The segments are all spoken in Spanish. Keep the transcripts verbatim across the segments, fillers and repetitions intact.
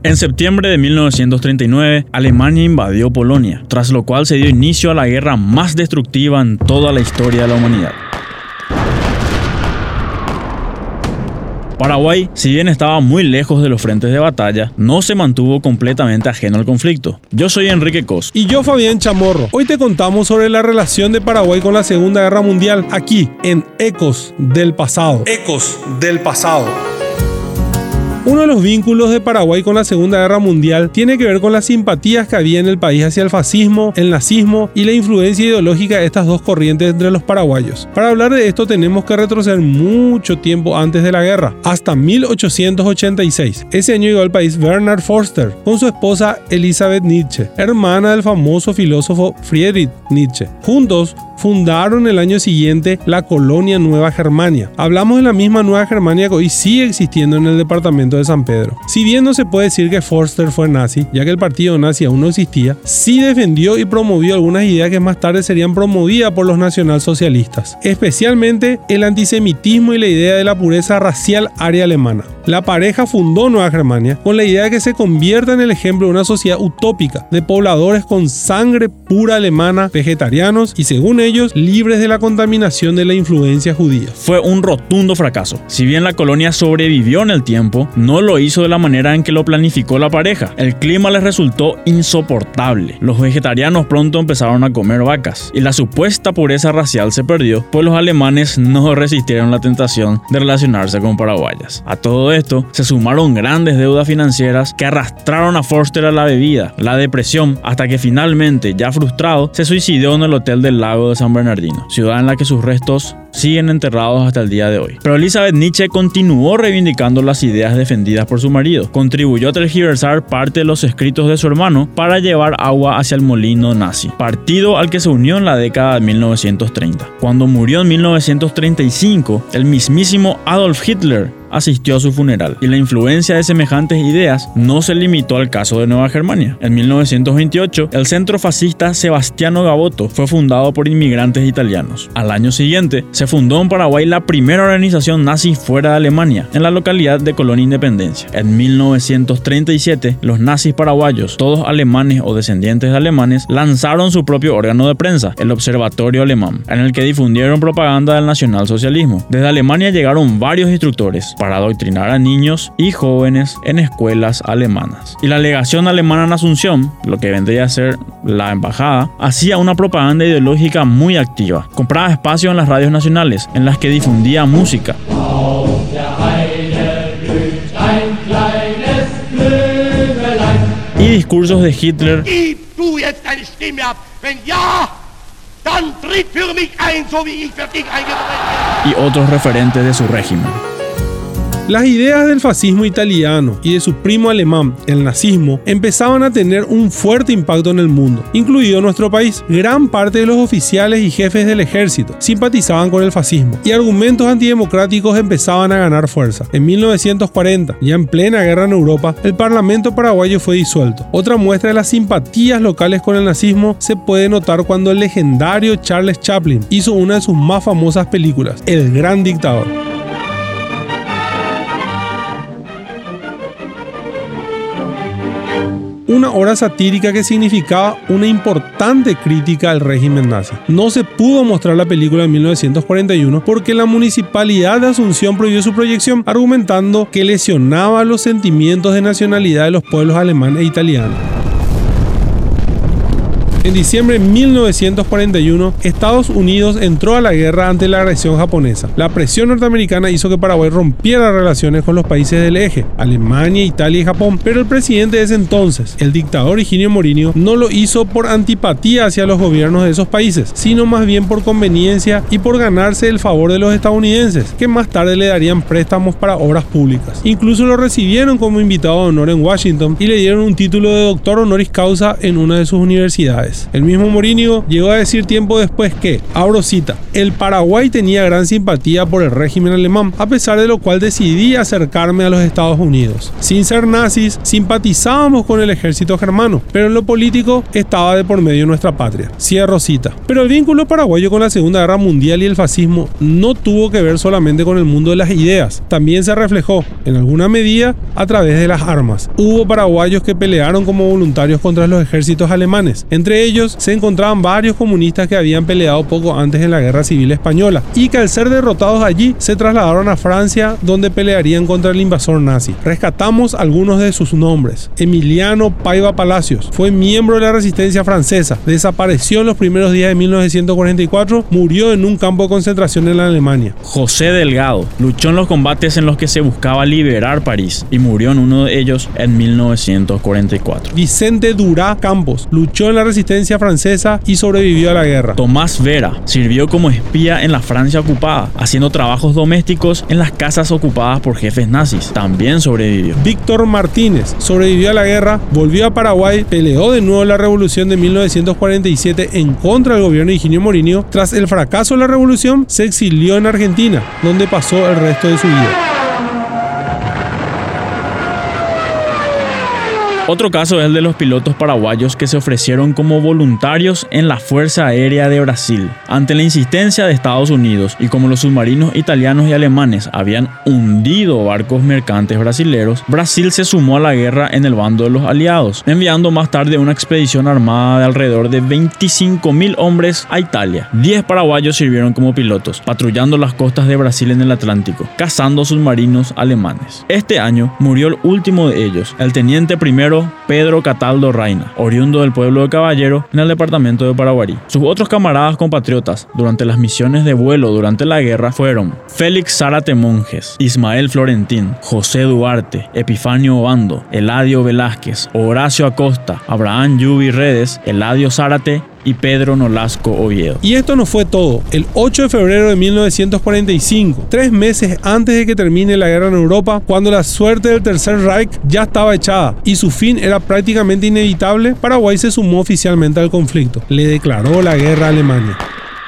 En septiembre de mil novecientos treinta y nueve, Alemania invadió Polonia, tras lo cual se dio inicio a la guerra más destructiva en toda la historia de la humanidad. Paraguay, si bien estaba muy lejos de los frentes de batalla, no se mantuvo completamente ajeno al conflicto. Yo soy Enrique Cos. Y yo Fabián Chamorro. Hoy te contamos sobre la relación de Paraguay con la Segunda Guerra Mundial, aquí en Ecos del Pasado. Ecos del Pasado. Uno de los vínculos de Paraguay con la Segunda Guerra Mundial tiene que ver con las simpatías que había en el país hacia el fascismo, el nazismo y la influencia ideológica de estas dos corrientes entre los paraguayos. Para hablar de esto tenemos que retroceder mucho tiempo antes de la guerra, hasta mil ochocientos ochenta y seis. Ese año llegó al país Bernhard Förster con su esposa Elisabeth Nietzsche, hermana del famoso filósofo Friedrich Nietzsche. Juntos fundaron el año siguiente la colonia Nueva Germania. Hablamos de la misma Nueva Germania que hoy sigue existiendo en el departamento de San Pedro. Si bien no se puede decir que Förster fue nazi, ya que el partido nazi aún no existía, sí defendió y promovió algunas ideas que más tarde serían promovidas por los nacionalsocialistas, especialmente el antisemitismo y la idea de la pureza racial aria alemana. La pareja fundó Nueva Germania con la idea de que se convierta en el ejemplo de una sociedad utópica, de pobladores con sangre pura alemana, vegetarianos y, según ellos, libres de la contaminación de la influencia judía. Fue un rotundo fracaso. Si bien la colonia sobrevivió en el tiempo, no lo hizo de la manera en que lo planificó la pareja. El clima les resultó insoportable. Los vegetarianos pronto empezaron a comer vacas y la supuesta pureza racial se perdió, pues los alemanes no resistieron la tentación de relacionarse con paraguayas. A todo esto se sumaron grandes deudas financieras que arrastraron a Förster a la bebida, la depresión, hasta que finalmente, ya frustrado, se suicidó en el Hotel del Lago de San Bernardino, ciudad en la que sus restos siguen enterrados hasta el día de hoy. Pero Elisabeth Nietzsche continuó reivindicando las ideas defendidas por su marido. Contribuyó a tergiversar parte de los escritos de su hermano para llevar agua hacia el molino nazi, partido al que se unió en la década de mil novecientos treinta. Cuando murió en mil novecientos treinta y cinco, el mismísimo Adolf Hitler asistió a su funeral, y la influencia de semejantes ideas no se limitó al caso de Nueva Germania. En mil novecientos veintiocho, el centro fascista Sebastiano Gabotto fue fundado por inmigrantes italianos. Al año siguiente, se fundó en Paraguay la primera organización nazi fuera de Alemania, en la localidad de Colón Independencia. En mil novecientos treinta y siete, los nazis paraguayos, todos alemanes o descendientes de alemanes, lanzaron su propio órgano de prensa, el Observatorio Alemán, en el que difundieron propaganda del nacionalsocialismo. Desde Alemania llegaron varios instructores para adoctrinar a niños y jóvenes en escuelas alemanas. Y la legación alemana en Asunción, lo que vendría a ser la embajada, hacía una propaganda ideológica muy activa. Compraba espacio en las radios nacionales, en las que difundía música. Y discursos de Hitler. Y otros referentes de su régimen. Las ideas del fascismo italiano y de su primo alemán, el nazismo, empezaban a tener un fuerte impacto en el mundo, incluido nuestro país. Gran parte de los oficiales y jefes del ejército simpatizaban con el fascismo y argumentos antidemocráticos empezaban a ganar fuerza. En mil novecientos cuarenta, ya en plena guerra en Europa, el Parlamento paraguayo fue disuelto. Otra muestra de las simpatías locales con el nazismo se puede notar cuando el legendario Charles Chaplin hizo una de sus más famosas películas, El Gran Dictador. Una obra satírica que significaba una importante crítica al régimen nazi. No se pudo mostrar la película en mil novecientos cuarenta y uno porque la municipalidad de Asunción prohibió su proyección, argumentando que lesionaba los sentimientos de nacionalidad de los pueblos alemán e italiano. En diciembre de mil novecientos cuarenta y uno, Estados Unidos entró a la guerra ante la agresión japonesa. La presión norteamericana hizo que Paraguay rompiera relaciones con los países del eje, Alemania, Italia y Japón, pero el presidente de ese entonces, el dictador Higinio Morinho, no lo hizo por antipatía hacia los gobiernos de esos países, sino más bien por conveniencia y por ganarse el favor de los estadounidenses, que más tarde le darían préstamos para obras públicas. Incluso lo recibieron como invitado de honor en Washington y le dieron un título de doctor honoris causa en una de sus universidades. alemanes. El mismo Mourinho llegó a decir tiempo después que, abro cita, el Paraguay tenía gran simpatía por el régimen alemán, a pesar de lo cual decidí acercarme a los Estados Unidos. Sin ser nazis, simpatizábamos con el ejército germano, pero en lo político estaba de por medio nuestra patria. Cierro cita. Pero el vínculo paraguayo con la Segunda Guerra Mundial y el fascismo no tuvo que ver solamente con el mundo de las ideas, también se reflejó, en alguna medida, a través de las armas. Hubo paraguayos que pelearon como voluntarios contra los ejércitos alemanes. Entre ellos se encontraban varios comunistas que habían peleado poco antes en la Guerra Civil Española y que al ser derrotados allí se trasladaron a Francia, donde pelearían contra el invasor nazi. Rescatamos algunos de sus nombres. Emiliano Paiva Palacios fue miembro de la resistencia francesa, desapareció en los primeros días de mil novecientos cuarenta y cuatro, murió en un campo de concentración en la Alemania. José Delgado luchó en los combates en los que se buscaba liberar París y murió en uno de ellos en mil novecientos cuarenta y cuatro. Vicente Durá Campos luchó en la resistencia francesa y sobrevivió a la guerra. Tomás Vera sirvió como espía en la Francia ocupada, haciendo trabajos domésticos en las casas ocupadas por jefes nazis. También sobrevivió. Víctor Martínez sobrevivió a la guerra, volvió a Paraguay, peleó de nuevo la revolución de mil novecientos cuarenta y siete en contra del gobierno de Higinio Mourinho. Tras el fracaso de la revolución, se exilió en Argentina, donde pasó el resto de su vida. Otro caso es el de los pilotos paraguayos que se ofrecieron como voluntarios en la Fuerza Aérea de Brasil. Ante la insistencia de Estados Unidos y como los submarinos italianos y alemanes habían hundido barcos mercantes brasileros, Brasil se sumó a la guerra en el bando de los aliados, enviando más tarde una expedición armada de alrededor de veinticinco mil hombres a Italia. diez paraguayos sirvieron como pilotos, patrullando las costas de Brasil en el Atlántico, cazando submarinos alemanes. Este año murió el último de ellos, el teniente primero Pedro Cataldo Reina, oriundo del pueblo de Caballero en el departamento de Paraguarí. Sus otros camaradas compatriotas durante las misiones de vuelo durante la guerra fueron Félix Zárate Monjes, Ismael Florentín, José Duarte, Epifanio Obando, Eladio Velázquez, Horacio Acosta, Abraham Yubi Redes, Eladio Zárate y Pedro Nolasco Oviedo. Y esto no fue todo. El ocho de febrero de mil novecientos cuarenta y cinco, tres meses antes de que termine la guerra en Europa, cuando la suerte del Tercer Reich ya estaba echada y su fin era prácticamente inevitable, Paraguay se sumó oficialmente al conflicto. Le declaró la guerra a Alemania.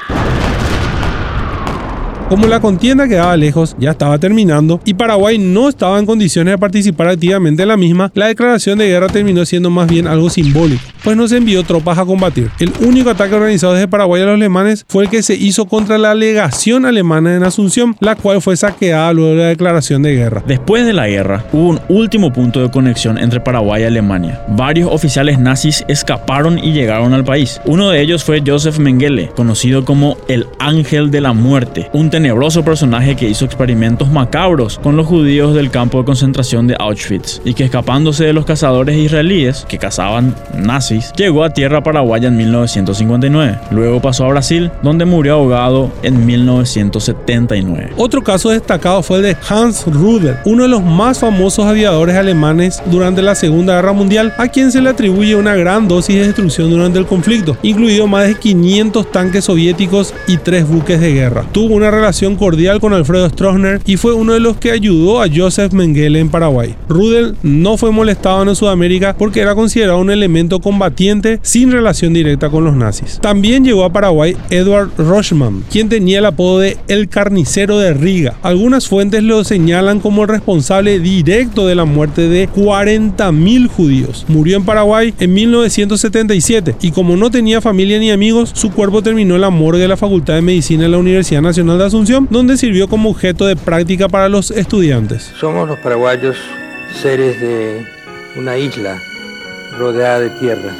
Como la contienda quedaba lejos, ya estaba terminando y Paraguay no estaba en condiciones de participar activamente en la misma, la declaración de guerra terminó siendo más bien algo simbólico, pues no se envió tropas a combatir. El único ataque organizado desde Paraguay a los alemanes fue el que se hizo contra la legación alemana en Asunción, la cual fue saqueada luego de la declaración de guerra. Después de la guerra, hubo un último punto de conexión entre Paraguay y Alemania. Varios oficiales nazis escaparon y llegaron al país. Uno de ellos fue Josef Mengele, conocido como el Ángel de la Muerte, un tenebroso personaje que hizo experimentos macabros con los judíos del campo de concentración de Auschwitz y que, escapándose de los cazadores israelíes que cazaban nazis, llegó a tierra paraguaya en mil novecientos cincuenta y nueve. Luego pasó a Brasil, donde murió ahogado en mil novecientos setenta y nueve. Otro caso destacado fue el de Hans Rudel, uno de los más famosos aviadores alemanes durante la Segunda Guerra Mundial, a quien se le atribuye una gran dosis de destrucción durante el conflicto, incluido más de quinientos tanques soviéticos y tres buques de guerra. Tuvo una relación cordial con Alfredo Stroessner y fue uno de los que ayudó a Josef Mengele en Paraguay. Rudel no fue molestado en Sudamérica porque era considerado un elemento combatiente sin relación directa con los nazis. También llegó a Paraguay Edward Rochman, quien tenía el apodo de El Carnicero de Riga. Algunas fuentes lo señalan como el responsable directo de la muerte de cuarenta mil judíos. Murió en Paraguay en mil novecientos setenta y siete y como no tenía familia ni amigos, su cuerpo terminó en la morgue de la Facultad de Medicina de la Universidad Nacional de Asunción, donde sirvió como objeto de práctica para los estudiantes. Somos los paraguayos seres de una isla rodeada de tierra.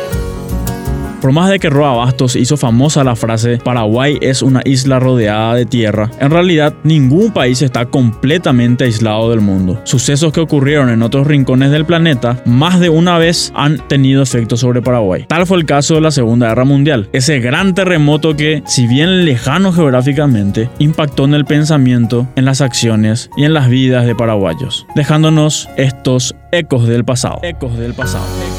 Por más de que Roa Bastos hizo famosa la frase "Paraguay es una isla rodeada de tierra", en realidad ningún país está completamente aislado del mundo. Sucesos que ocurrieron en otros rincones del planeta más de una vez han tenido efecto sobre Paraguay. Tal fue el caso de la Segunda Guerra Mundial, ese gran terremoto que, si bien lejano geográficamente, impactó en el pensamiento, en las acciones y en las vidas de paraguayos, dejándonos estos ecos del pasado. Ecos del pasado.